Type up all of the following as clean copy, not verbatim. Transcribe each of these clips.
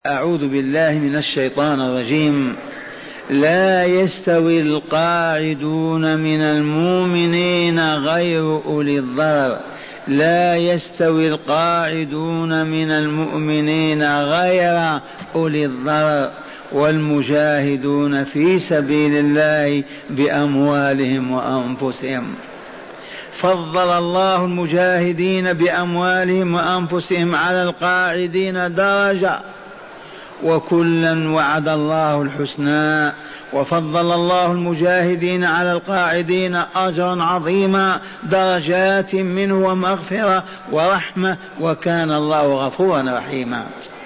أعوذ بالله من الشيطان الرجيم. لا يستوي القاعدون من المؤمنين غير أولي الضرر. لا يستوي القاعدون من المؤمنين غير أولي الضرر والمجاهدون في سبيل الله بأموالهم وأنفسهم. فضل الله المجاهدين بأموالهم وأنفسهم على القاعدين درجة، وكلا وعد الله الحسنى. وفضل الله المجاهدين على القاعدين أجرا عظيما، درجات منه ومغفرة ورحمة، وكان الله غفورا رحيما.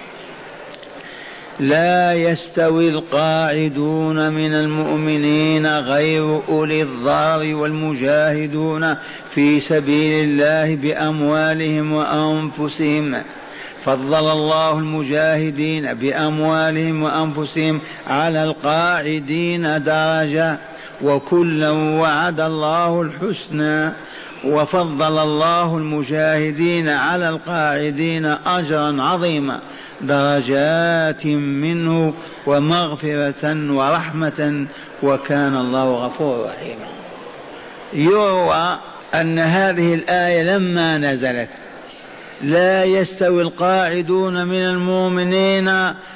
لا يستوي القاعدون من المؤمنين غير أولي الضرر والمجاهدون في سبيل الله بأموالهم وأنفسهم. فضل الله المجاهدين بأموالهم وأنفسهم على القاعدين درجة، وكلا وعد الله الحسنى. وفضل الله المجاهدين على القاعدين أجرا عظيما، درجات منه ومغفرة ورحمة، وكان الله غفورا رحيما. يروى أن هذه الآية لما نزلت لا يستوي القاعدون من المؤمنين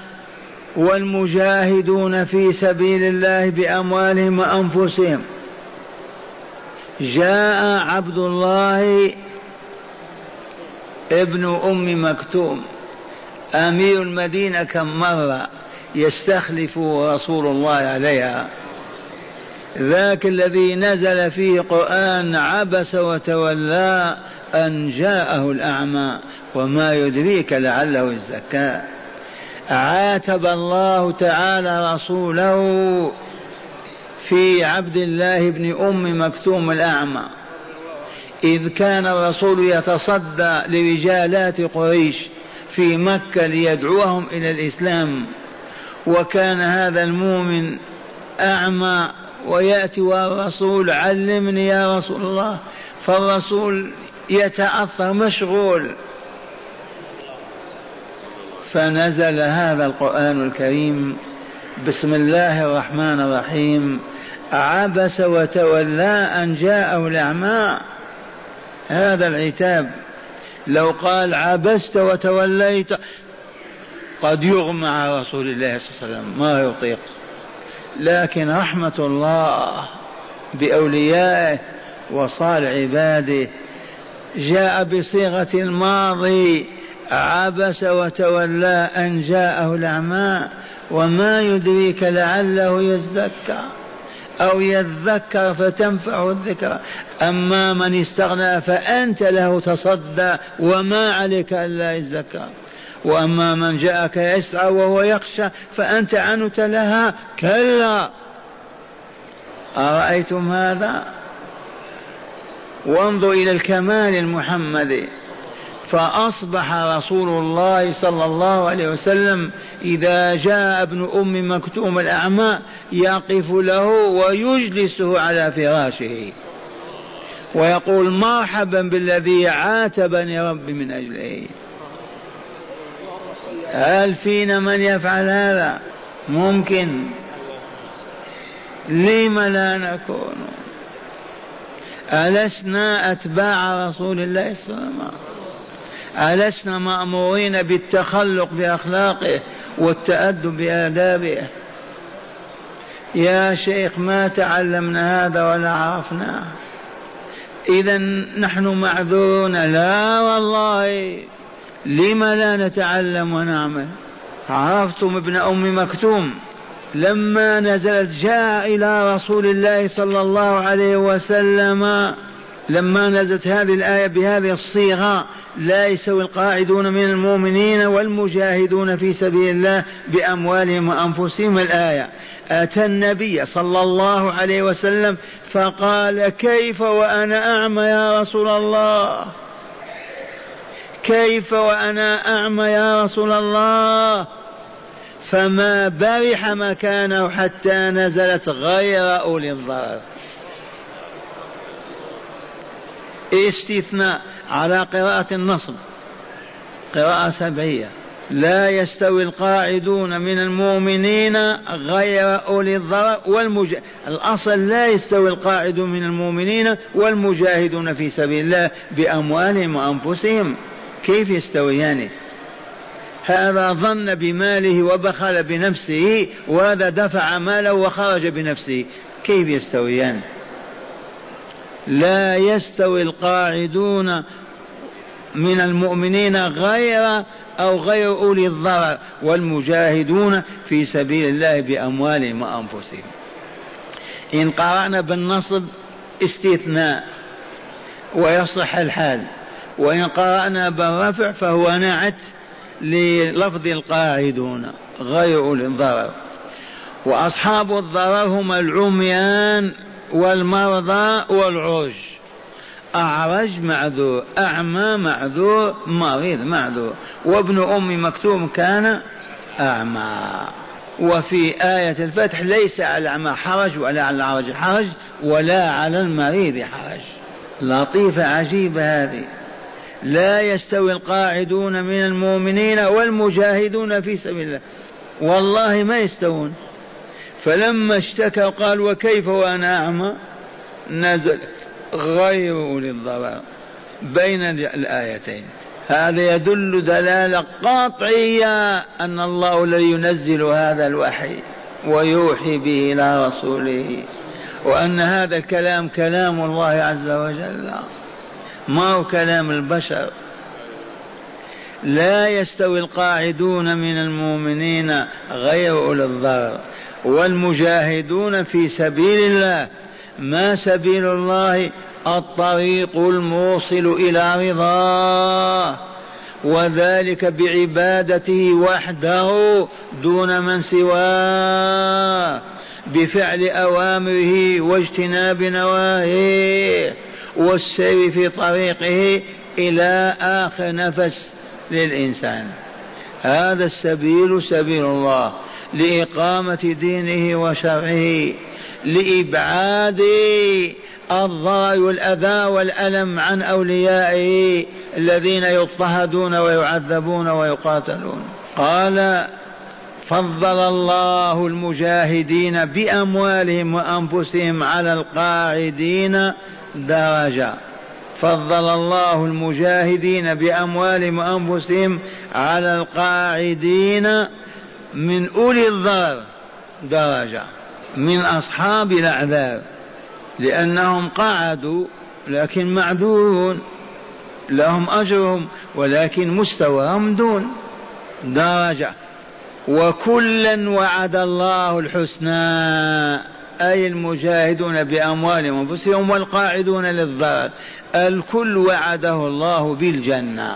والمجاهدون في سبيل الله بأموالهم وأنفسهم، جاء عبد الله ابن أم مكتوم أمير المدينة كم مرة يستخلف رسول الله عليها، ذاك الذي نزل فيه قرآن عبس وتولى أن جاءه الأعمى وما يدريك لعله يزكى. عاتب الله تعالى رسوله في عبد الله بن أم مكتوم الأعمى، إذ كان الرسول يتصدى لرجالات قريش في مكة ليدعوهم إلى الإسلام، وكان هذا المؤمن أعمى ويأتي والرسول علمني يا رسول الله، فالرسول يتأثر مشغول، فنزل هذا القرآن الكريم بسم الله الرحمن الرحيم. عبس وتولى أن جاءه الأعمى، هذا العتاب. لو قال عبست وتوليت قد يغمى على رسول الله صلى الله عليه وسلم، ما يطيق. لكن رحمة الله بأوليائه وصالح عباده جاء بصيغة الماضي، عبس وتولى أن جاءه الأعمى وما يدريك لعله يزكى أو يذكر فتنفعه الذكرى. أما من استغنى فأنت له تصدى وما عليك ألا يزكى، وأما من جاءك يسعى وهو يخشى فأنت عنه تلهى، كلا. أرأيتم هذا؟ وانظر إلى الكمال المحمدي، فأصبح رسول الله صلى الله عليه وسلم إذا جاء ابن أم مكتوم الأعمى يقف له ويجلسه على فراشه ويقول مرحبا بالذي عاتبني ربي من أجله. هل فينا من يفعل هذا؟ ممكن. لم لا نكون؟ ألسنا أتباع رسول الله صلى الله عليه وسلم؟ ألسنا مأمورين بالتخلق بأخلاقه والتأدب بآدابه؟ يا شيخ ما تعلمنا هذا ولا عرفناه، إذا نحن معذورون. لا والله، لم لا نتعلم ونعمل؟ عرفتم ابن أم مكتوم لما نزلت جاء إلى رسول الله صلى الله عليه وسلم، لما نزلت هذه الآية بهذه الصيغة لا يستوي القاعدون من المؤمنين والمجاهدون في سبيل الله بأموالهم وأنفسهم، الآية أتى النبي صلى الله عليه وسلم فقال كيف وأنا أعمى يا رسول الله؟ كيف وأنا أعمى يا رسول الله؟ فما برح مكانه حتى نزلت غير أولي الضرر. استثناء على قراءة النصب، قراءة سبعية، لا يستوي القاعدون من المؤمنين غير أولي الضرر الأصل لا يستوي القاعدون من المؤمنين والمجاهدون في سبيل الله بأموالهم وأنفسهم، كيف يستويان؟ هذا ظن بماله وبخل بنفسه، وهذا دفع ماله وخرج بنفسه، كيف يستويان؟ لا يستوي القاعدون من المؤمنين غير أولي الضرر والمجاهدون في سبيل الله بأموالهم وأنفسهم. إن قرأنا بالنصب استثناء ويصح الحال، وإن قرأنا بالرفع فهو نعت للفظ القاعدون غير أولي الضرر. وأصحاب الضرر هم العميان والمرضى والعرج. أعرج معذور، أعمى معذور، مريض معذور، وابن أم مكتوم كان أعمى. وفي آية الفتح ليس على الأعمى حرج ولا على الأعرج حرج ولا على المريض حرج. لطيفة عجيبة هذه. لا يستوي القاعدون من المؤمنين والمجاهدون في سبيل الله، والله ما يستوون. فلما اشتكى قال وكيف وأنا أعمى نزلت غير أولي الضرر بين الآيتين. هذا يدل دلالة قاطعية أن الله الذي ينزل هذا الوحي ويوحي به إلى رسوله، وأن هذا الكلام كلام الله عز وجل ما هو كلام البشر. لا يستوي القاعدون من المؤمنين غير أولي الضرر والمجاهدون في سبيل الله. ما سبيل الله؟ الطريق الموصل إلى رضاه، وذلك بعبادته وحده دون من سواه، بفعل أوامره واجتناب نواهيه والسير في طريقه إلى آخر نفس للإنسان. هذا السبيل سبيل الله لإقامة دينه وشرعه، لإبعاد الضرر والأذى والألم عن أوليائه الذين يضطهدون ويعذبون ويقاتلون. قال فضل الله المجاهدين بأموالهم وأنفسهم على القاعدين درجة. فضل الله المجاهدين بأموالهم وأنفسهم على القاعدين من أولي الضرر درجة، من أصحاب الأعذار، لأنهم قعدوا لكن معذورون لهم أجرهم، ولكن مستواهم دون درجة. وكلا وعد الله الحسنى، أي المجاهدون بأموالهم وأنفسهم والقاعدون للضرر، الكل وعده الله بالجنة.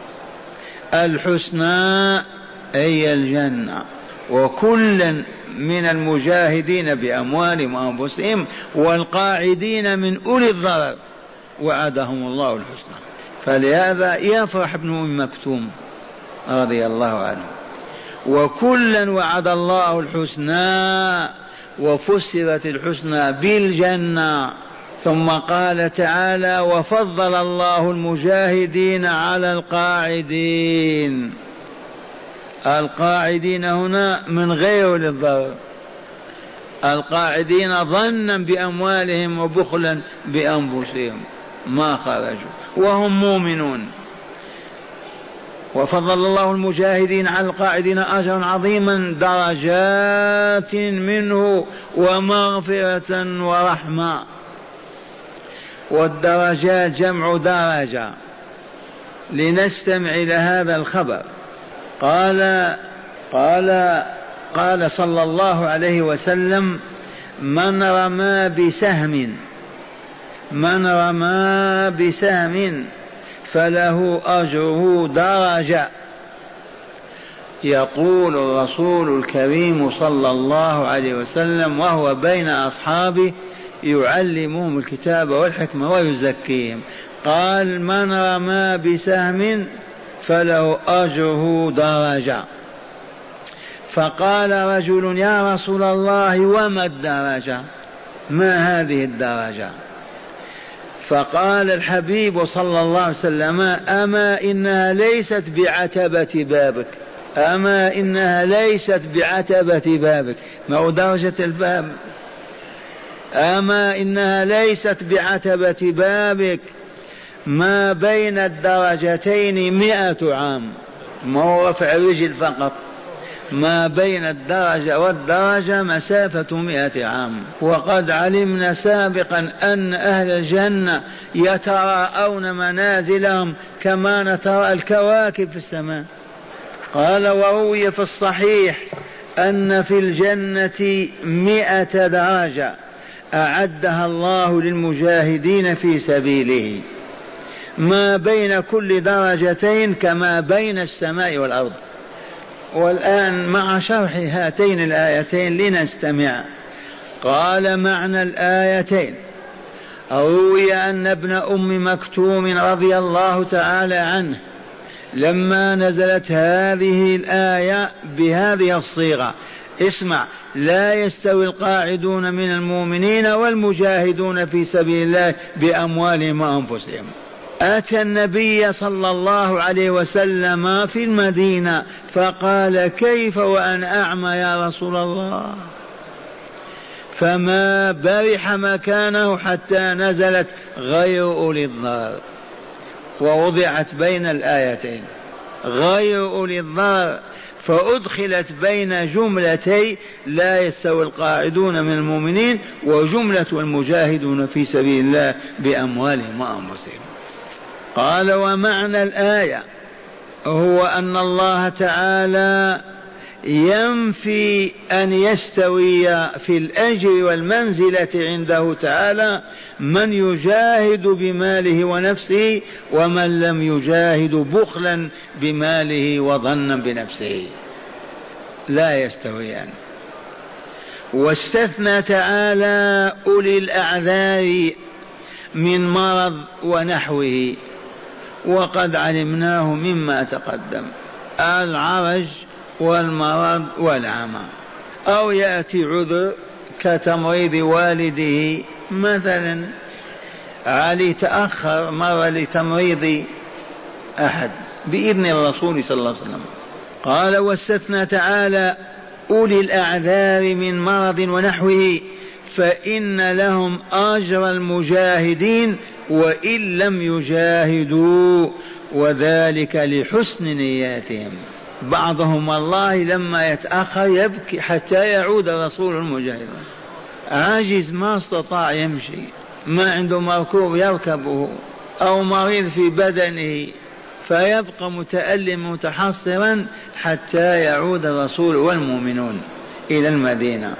الحسنى أي الجنة. وكلا من المجاهدين بأموالهم وأنفسهم والقاعدين من أولي الضرر وعدهم الله الحسنى. فلهذا يفرح ابن أم مكتوم رضي الله عنه. وكلا وعد الله الحسنى، وفسرت الحسنى بالجنة. ثم قال تعالى وفضل الله المجاهدين على القاعدين. القاعدين هنا من غير للضرر، القاعدين ظنا بأموالهم وبخلا بأنفسهم ما خرجوا وهم مؤمنون. وفضل الله المجاهدين على القاعدين أجرا عظيما درجات منه ومغفرة ورحمة. والدرجات جمع درجة. لنستمع إلى هذا الخبر. قال صلى الله عليه وسلم من رمى بسهم فله أجره درجة. يقول الرسول الكريم صلى الله عليه وسلم وهو بين أصحابه يعلمهم الكتاب والحكمة ويزكيهم، قال من رمى بسهم فله أجره درجة. فقال رجل يا رسول الله وما الدرجة؟ ما هذه الدرجة؟ فقال الحبيب صلى الله عليه وسلم أما إنها ليست بعتبة بابك، أما إنها ليست بعتبة بابك، ما هو درجة الباب، أما إنها ليست بعتبة بابك، ما بين الدرجتين 100 عام، ما هو رفع رجل فقط، ما بين الدرجة والدرجة مسافة 100 عام. وقد علمنا سابقا أن أهل الجنة يتراءون منازلهم كما نترى الكواكب في السماء. قال وروي في الصحيح أن في الجنة 100 درجة أعدها الله للمجاهدين في سبيله، ما بين كل درجتين كما بين السماء والأرض. والآن مع شرح هاتين الآيتين لنستمع. قال معنى الآيتين: روي أن ابن أم مكتوم رضي الله تعالى عنه لما نزلت هذه الآية بهذه الصيغة، اسمع: لا يستوي القاعدون من المؤمنين والمجاهدون في سبيل الله بأموالهم وأنفسهم، أتى النبي صلى الله عليه وسلم في المدينة فقال: كيف وأنا أعمى يا رسول الله؟ فما برح مكانه حتى نزلت غير أولي الضرر، ووضعت بين الآيتين غير أولي الضرر، فأدخلت بين جملتي لا يستوي القاعدون من المؤمنين وجملة المجاهدون في سبيل الله بأموالهم وأنفسهم. قال ومعنى الآية هو أن الله تعالى ينفي أن يستوي في الأجر والمنزلة عنده تعالى من يجاهد بماله ونفسه ومن لم يجاهد بخلا بماله وظنا بنفسه، لا يستويان. واستثنى تعالى أولي الأعذار من مرض ونحوه، وقد علمناه مما تقدم: العرج والمرض والعمى، أو يأتي عذر كتمريض والده مثلا، علي تأخر مر لتمريض أحد بإذن الرسول صلى الله عليه وسلم. قال واستثنى تعالى أولي الأعذار من مرض ونحوه فإن لهم أجر المجاهدين وإن لم يجاهدوا، وذلك لحسن نياتهم. بعضهم والله لما يتأخر يبكي حتى يعود رسول المجاهدين، عاجز ما استطاع يمشي، ما عنده مركوب يركبه، أو مريض في بدنه، فيبقى متألم متحصرا حتى يعود الرسول والمؤمنون إلى المدينة.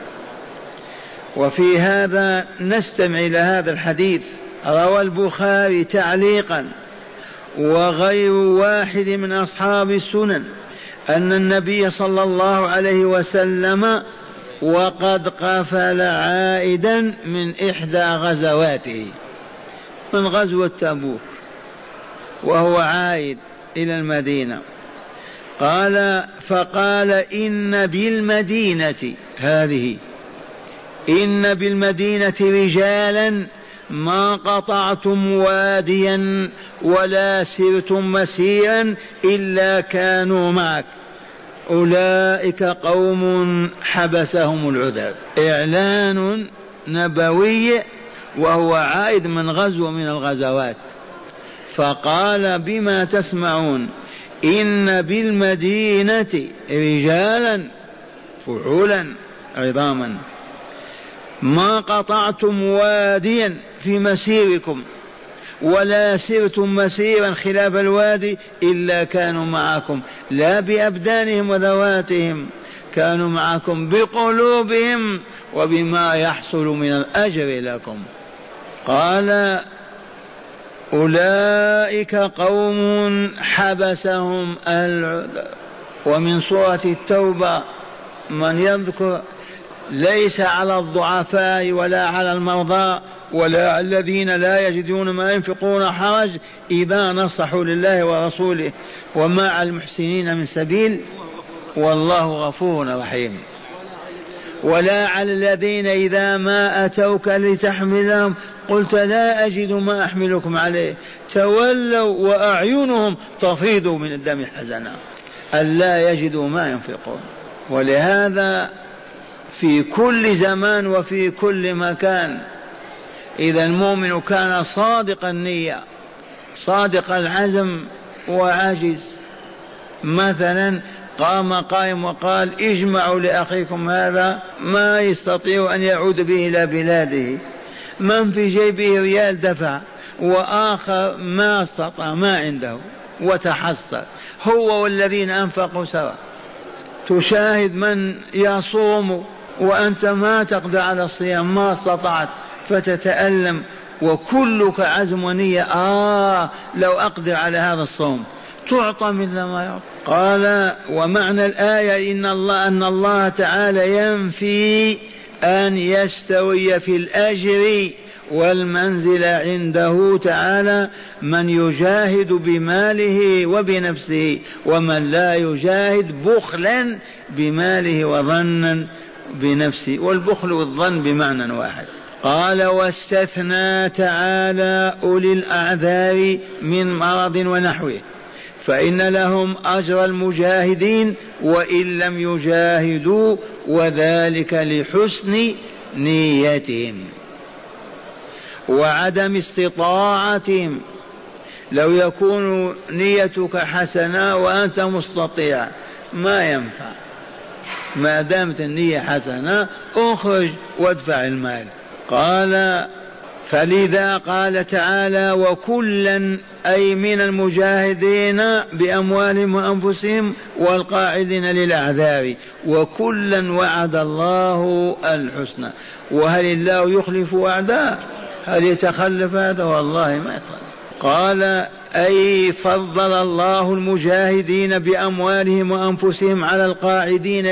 وفي هذا نستمع إلى هذا الحديث. روى البخاري تعليقا وغير واحد من أصحاب السنن أن النبي صلى الله عليه وسلم وقد قفل عائدا من إحدى غزواته، من غزوة تبوك، وهو عائد إلى المدينة. قال فقال إن بالمدينة هذه، إن بالمدينة رجالا ما قطعتم واديا ولا سرتم مسيرا إلا كانوا معك، أولئك قوم حبسهم العذر. إعلان نبوي وهو عائد من غزو من الغزوات. فقال بما تسمعون إن بالمدينة رجالا فعولا عظاما ما قطعتم واديا في مسيركم ولا سرتم مسيرا خلاف الوادي إلا كانوا معكم، لا بأبدانهم وذواتهم، كانوا معكم بقلوبهم وبما يحصل من الأجر لكم. قال أولئك قوم حبسهم العذر. ومن سورة التوبة من يذكر ليس على الضعفاء ولا على المرضى ولا على الذين لا يجدون ما ينفقون حرج إذا نصحوا لله ورسوله وما على المحسنين من سبيل والله غفور رحيم. ولا على الذين إذا ما أتوك لتحملهم قلت لا أجد ما أحملكم عليه تولوا وأعينهم تفيض من الدم حزنا ألا يجدوا ما ينفقون. ولهذا في كل زمان وفي كل مكان إذا المؤمن كان صادق النية صادق العزم وعاجز، مثلا قام قائم وقال اجمعوا لأخيكم هذا ما يستطيع أن يعود به إلى بلاده، من في جيبه ريال دفع، وآخر ما استطاع ما عنده وتحصل، هو والذين أنفقوا سوا. تشاهد من يصوم وأنت ما تقدر على الصيام ما استطعت فتتألم وكلك عزم ونية لو أقدر على هذا الصوم، تعطى مثل ما يعطى. قال ومعنى الآية أن الله تعالى ينفي أن يستوي في الأجر والمنزل عنده تعالى من يجاهد بماله وبنفسه ومن لا يجاهد بخلا بماله وظنا بنفسه، والبخل والظن بمعنى واحد. قال واستثنى تعالى أولي الأعذار من مرض ونحوه فإن لهم أجر المجاهدين وإن لم يجاهدوا، وذلك لحسن نيتهم وعدم استطاعتهم. لو يكون نيتك حسنة وأنت مستطيع ما ينفع، ما دامت النية حسنة اخرج وادفع المال. قال فلذا قال تعالى وكلا أي من المجاهدين بأموالهم وأنفسهم والقاعدين للأعذار، وكلا وعد الله الحسنى. وهل الله يخلف وعده؟ هل يتخلف هذا؟ والله ما يتخلف. قال أي فضل الله المجاهدين بأموالهم وأنفسهم على القاعدين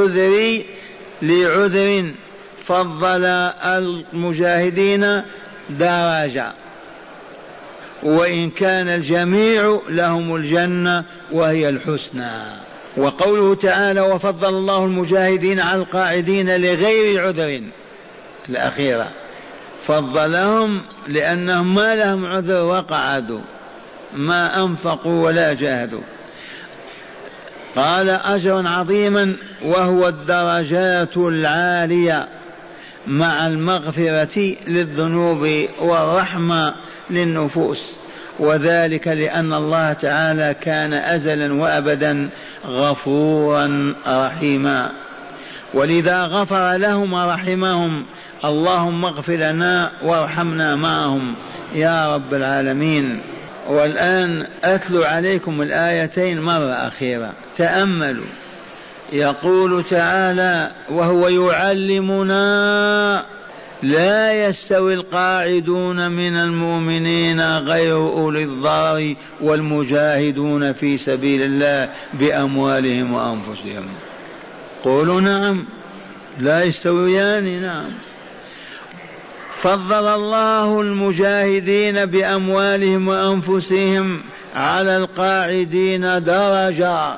لعذر فضل المجاهدين درجة، وإن كان الجميع لهم الجنة وهي الحسنى. وقوله تعالى وفضل الله المجاهدين على القاعدين لغير عذر الأخيرة، فضلهم لأنهم ما لهم عذر وقعدوا ما أنفقوا ولا جاهدوا. قال أجرا عظيما وهو الدرجات العالية مع المغفرة للذنوب والرحمة للنفوس، وذلك لأن الله تعالى كان أزلا وأبدا غفورا رحيما، ولذا غفر لهم ورحمهم. اللهم اغفر لنا وارحمنا معهم يا رب العالمين. والآن أتلو عليكم الآيتين مرة أخيرة، تأملوا. يقول تعالى وهو يعلمنا لا يستوي القاعدون من المؤمنين غير أولي الضرر والمجاهدون في سبيل الله بأموالهم وأنفسهم. قولوا نعم لا يستويان. نعم. فضل الله المجاهدين بأموالهم وأنفسهم على القاعدين درجة،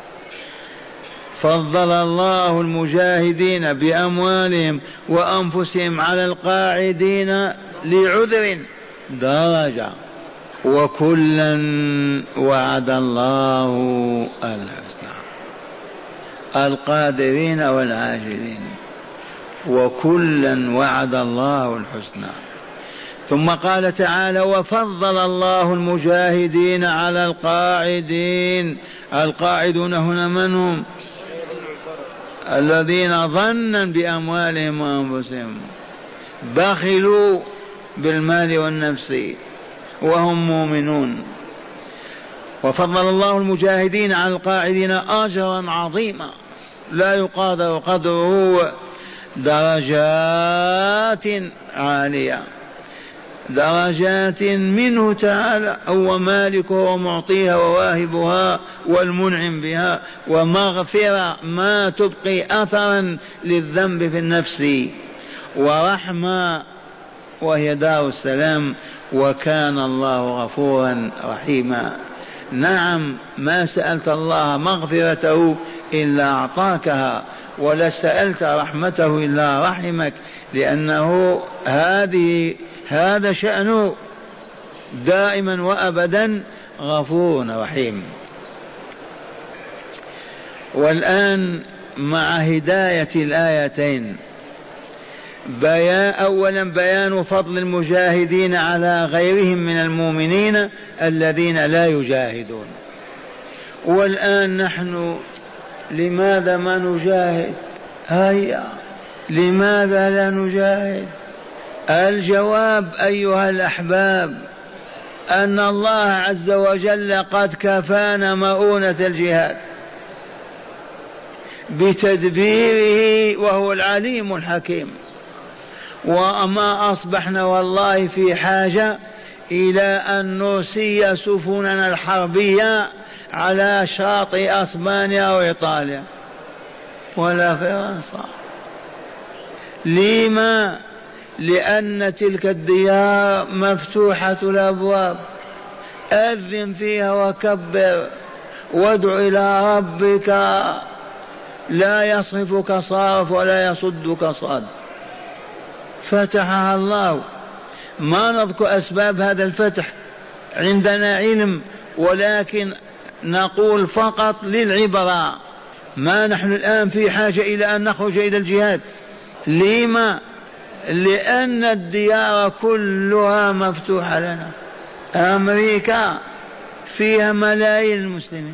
فضل الله المجاهدين بأموالهم وأنفسهم على القاعدين لعذر درجة، وكلا وعد الله الحسنى. القادرين والعاجزين وكلا وعد الله الحسنى. ثم قال تعالى وفضل الله المجاهدين على القاعدين. القاعدون هنا من هم؟ الذين ظنا بأموالهم وأنفسهم بخلوا بالمال والنفس وهم مؤمنون. وفضل الله المجاهدين على القاعدين أجرا عظيما لا يقادر قدره، درجات عالية، درجات منه تعالى، هو مالكها ومعطيها وواهبها والمنعم بها، ومغفرة ما تبقي أثرا للذنب في النفس، ورحمة وهي دار السلام، وكان الله غفورا رحيما. نعم ما سألت الله مغفرته إلا أعطاكها، ولا سألت رحمته إلا رحمك، لأنه هذا شأنه دائما وأبدا غفور رحيم. والآن مع هداية الآيتين أولا بيان فضل المجاهدين على غيرهم من المؤمنين الذين لا يجاهدون. والآن نحن لماذا ما نجاهد؟ هيا لماذا لا نجاهد؟ الجواب أيها الأحباب أن الله عز وجل قد كفانا مؤونة الجهاد بتدبيره وهو العليم الحكيم، وما أصبحنا والله في حاجة إلى أن نرسي سفننا الحربية على شاطئ أسبانيا وإيطاليا ولا فرنسا. لما؟ لأن تلك الديار مفتوحة الأبواب، أذن فيها وكبر وادع إلى ربك لا يصرفك صارف ولا يصدك صاد. فتحها الله. ما نذكر أسباب هذا الفتح، عندنا علم، ولكن نقول فقط للعبرة. ما نحن الآن في حاجة إلى أن نخرج إلى الجهاد. لما؟ لأن الديار كلها مفتوحة لنا. أمريكا فيها ملايين المسلمين،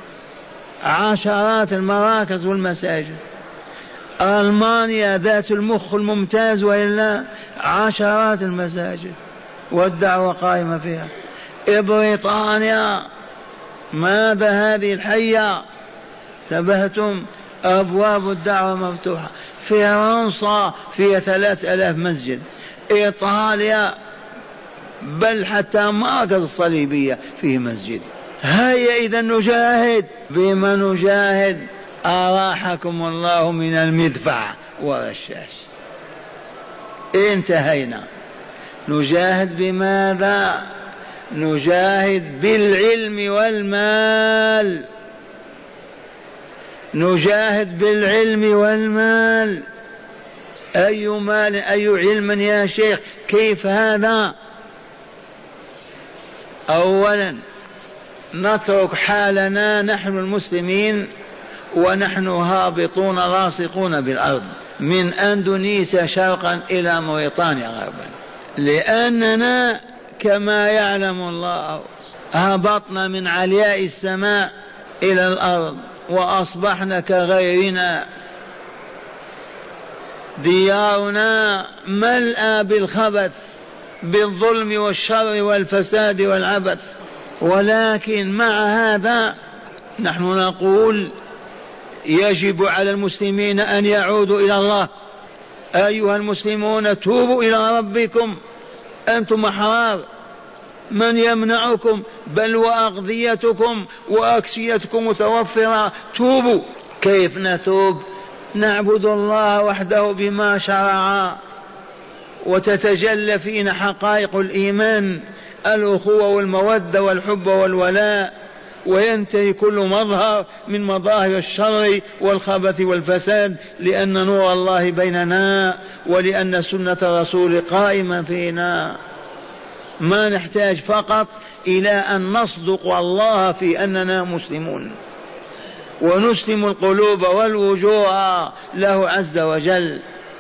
عشرات المراكز والمساجد. ألمانيا ذات المخ الممتاز وإلا عشرات المساجد والدعوة قائمة فيها. بريطانيا ماذا هذه الحية؟ تبهتم، أبواب الدعوة مفتوحة. فرنسا فيها 3000 مسجد. إيطاليا بل حتى مركز الصليبية فيه مسجد. هيا إذا نجاهد. بما نجاهد؟ أراحكم الله من المدفع والرشاش. انتهينا. نجاهد بماذا؟ نجاهد بالعلم والمال. نجاهد بالعلم والمال. أي مال أي علم يا شيخ؟ كيف هذا؟ أولا نترك حالنا نحن المسلمين ونحن هابطون لاصقون بالأرض من أندونيسيا شرقا إلى موريطانيا غربا، لأننا كما يعلم الله هبطنا من علياء السماء إلى الأرض وأصبحنا كغيرنا. ديارنا ملأى بالخبث، بالظلم والشر والفساد والعبث. ولكن مع هذا نحن نقول يجب على المسلمين أن يعودوا إلى الله. أيها المسلمون توبوا إلى ربكم، أنتم أحرار، من يمنعكم؟ بل وأغذيتكم وأكسيتكم متوفرة. توبوا. كيف نتوب؟ نعبد الله وحده بما شرع، وتتجلى فينا حقائق الإيمان، الأخوة والمودة والحب والولاء، وينتهي كل مظهر من مظاهر الشر والخبث والفساد، لأن نور الله بيننا ولأن سنة الرسول قائمة فينا. ما نحتاج فقط إلى أن نصدق الله في أننا مسلمون ونسلم القلوب والوجوه له عز وجل.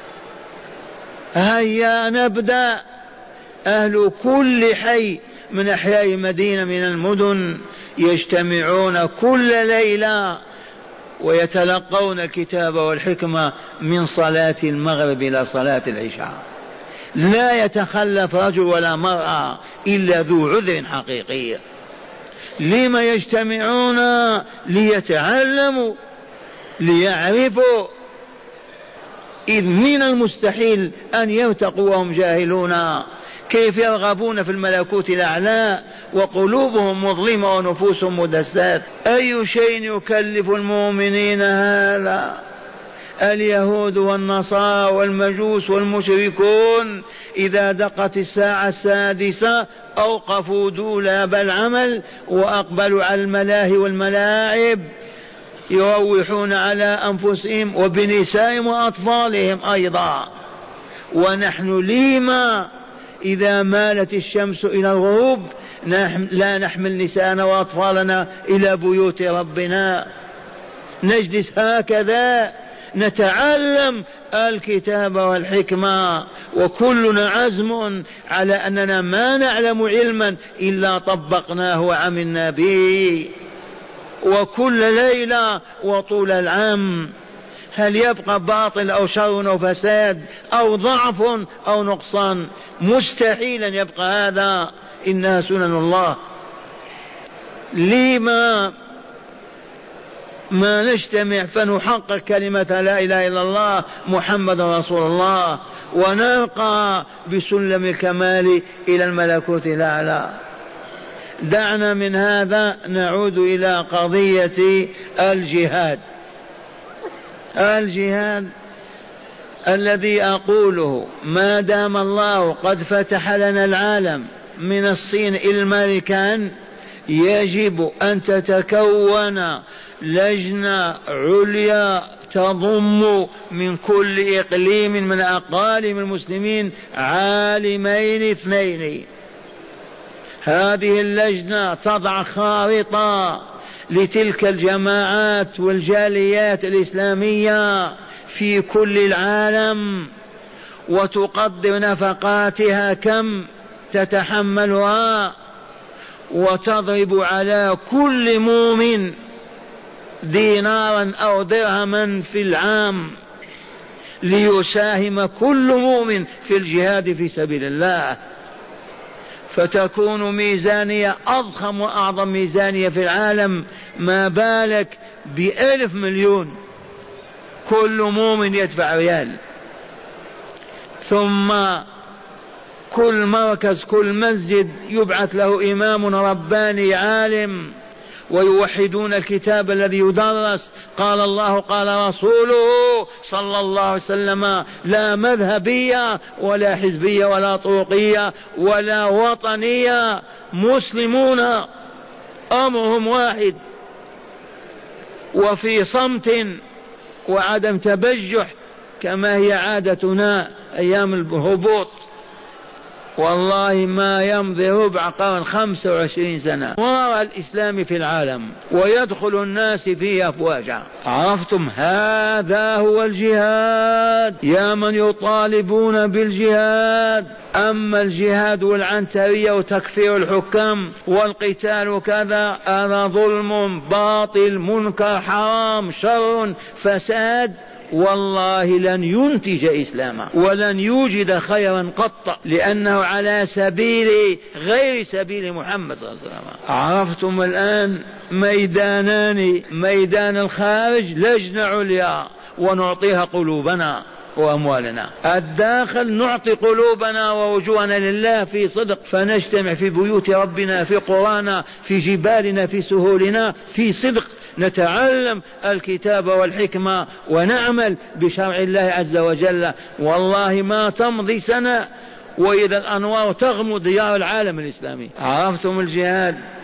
هيا نبدأ. أهل كل حي من أحياء مدينة من المدن يجتمعون كل ليلة ويتلقون الكتاب والحكمة من صلاة المغرب إلى صلاة العشاء. لا يتخلف رجل ولا مرأة إلا ذو عذر حقيقي. لما يجتمعون؟ ليتعلموا، ليعرفوا. إذ من المستحيل أن يرتقوا وهم جاهلون. كيف يرغبون في الملكوت الأعلى وقلوبهم مظلمة ونفوسهم مدسات؟ أي شيء يكلف المؤمنين هذا؟ اليهود والنصارى والمجوس والمشركون إذا دقت الساعة 6 أوقفوا دولاب العمل وأقبلوا على الملاهي والملاعب، يروحون على أنفسهم وبنسائهم وأطفالهم أيضا. ونحن لما إذا مالت الشمس إلى الغروب لا نحمل نساءنا وأطفالنا إلى بيوت ربنا؟ نجلس هكذا نتعلم الكتاب والحكمة، وكلنا عزم على أننا ما نعلم علما إلا طبقناه وعملنا به، وكل ليلة وطول العام. هل يبقى باطل أو شر أو فساد أو ضعف أو نقصان؟ مستحيل أن يبقى هذا، إنها سنن الله. لما ما نجتمع فنحقق كلمة لا إله إلا الله محمد رسول الله، ونرقى بسلم الكمال إلى الملكوت الأعلى؟ دعنا من هذا نعود إلى قضية الجهاد. الجهاد الذي أقوله ما دام الله قد فتح لنا العالم من الصين إلى الأمريكان، يجب أن تتكون لجنة عليا تضم من كل إقليم من أقاليم المسلمين عالمين اثنين. هذه اللجنة تضع خارطة لتلك الجماعات والجاليات الإسلامية في كل العالم، وتقدر نفقاتها كم تتحملها، وتضرب على كل مؤمن دينارا أو درهما في العام ليساهم كل مؤمن في الجهاد في سبيل الله، فتكون ميزانية أضخم وأعظم ميزانية في العالم. ما بالك ب1,000 مليون، كل مؤمن يدفع ريال. ثم كل مركز كل مسجد يبعث له إمام رباني عالم، ويوحدون الكتاب الذي يدرس. قال الله قال رسوله صلى الله عليه وسلم: لا مذهبية ولا حزبية ولا طرقية ولا وطنية، مسلمون أمرهم واحد، وفي صمت وعدم تبجح كما هي عادتنا أيام الهبوط. والله ما يمضي ربع قرن 25 سنة وراء الإسلام في العالم، ويدخل الناس فيه أفواجا. عرفتم؟ هذا هو الجهاد يا من يطالبون بالجهاد. أما الجهاد والعنترية وتكفير الحكام والقتال وكذا، هذا ظلم باطل منكر حرام شر فساد، والله لن ينتج إسلاما ولن يوجد خيرا قط، لأنه على سبيل غير سبيل محمد صلى الله عليه وسلم. عرفتم الآن؟ ميدانان: ميدان الخارج لجنة عليا ونعطيها قلوبنا وأموالنا، الداخل نعطي قلوبنا ووجوهنا لله في صدق، فنجتمع في بيوت ربنا، في قرانا، في جبالنا، في سهولنا، في صدق نتعلم الكتاب والحكمة ونعمل بشرع الله عز وجل. والله ما تمضي سنة وإذا الأنوار تغمض ديار العالم الإسلامي. عرفتم الجهاد؟